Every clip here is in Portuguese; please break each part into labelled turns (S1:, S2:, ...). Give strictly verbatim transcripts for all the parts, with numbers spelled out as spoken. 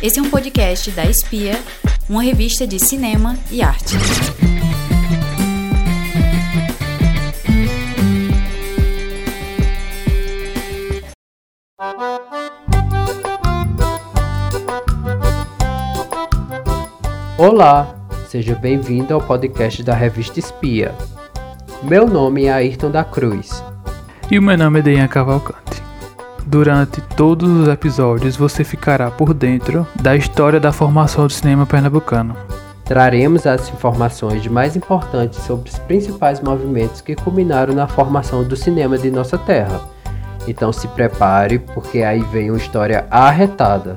S1: Esse é um podcast da Espia, uma revista de cinema e arte.
S2: Olá, seja bem-vindo ao podcast da revista Espia. Meu nome é Ayrton da Cruz.
S3: E o meu nome é Deyan Cavalcante. Durante todos os episódios você ficará por dentro da história da formação do cinema pernambucano.
S2: Traremos as informações mais importantes sobre os principais movimentos que culminaram na formação do cinema de nossa terra. Então se prepare, porque aí vem uma história arretada.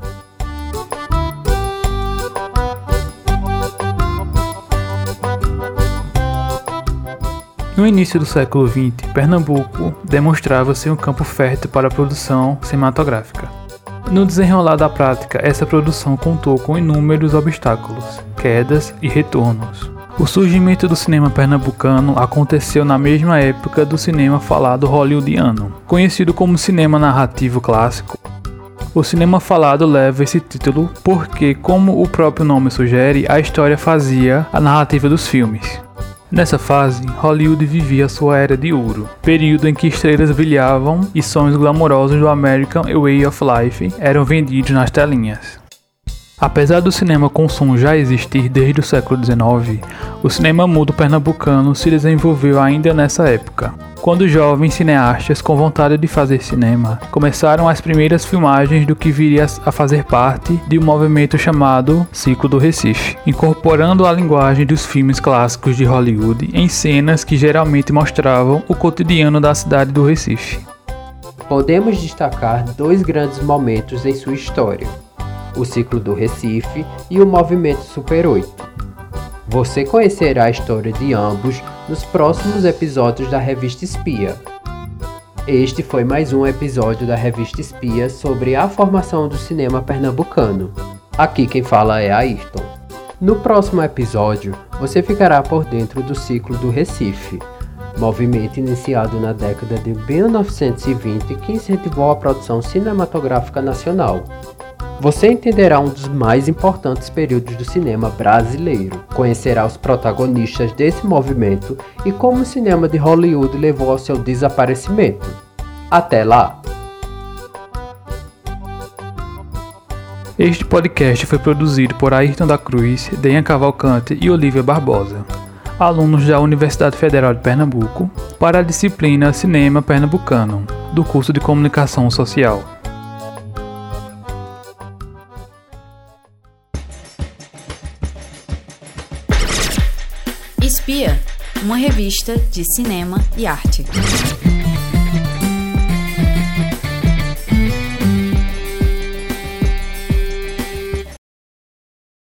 S3: No início do século vinte, Pernambuco demonstrava ser um campo fértil para a produção cinematográfica. No desenrolar da prática, essa produção contou com inúmeros obstáculos, quedas e retornos. O surgimento do cinema pernambucano aconteceu na mesma época do cinema falado hollywoodiano, conhecido como cinema narrativo clássico. O cinema falado leva esse título porque, como o próprio nome sugere, a história fazia a narrativa dos filmes. Nessa fase, Hollywood vivia sua era de ouro, período em que estrelas brilhavam e sonhos glamourosos do American Way of Life eram vendidos nas telinhas. Apesar do cinema com som já existir desde o século dezenove, o cinema mudo pernambucano se desenvolveu ainda nessa época, quando jovens cineastas com vontade de fazer cinema começaram as primeiras filmagens do que viria a fazer parte de um movimento chamado Ciclo do Recife, incorporando a linguagem dos filmes clássicos de Hollywood em cenas que geralmente mostravam o cotidiano da cidade do Recife.
S2: Podemos destacar dois grandes momentos em sua história: o Ciclo do Recife e o Movimento Super oito. Você conhecerá a história de ambos nos próximos episódios da Revista Espia. Este foi mais um episódio da Revista Espia sobre a formação do cinema pernambucano. Aqui quem fala é Ayrton. No próximo episódio, você ficará por dentro do Ciclo do Recife, movimento iniciado na década de mil novecentos e vinte que incentivou a produção cinematográfica nacional. Você entenderá um dos mais importantes períodos do cinema brasileiro, conhecerá os protagonistas desse movimento e como o cinema de Hollywood levou ao seu desaparecimento. Até lá!
S3: Este podcast foi produzido por Ayrton da Cruz, Deyan Cavalcante e Olívia Barbosa, alunos da Universidade Federal de Pernambuco, para a disciplina Cinema Pernambucano, do curso de Comunicação Social.
S1: Espia, uma revista de cinema e arte.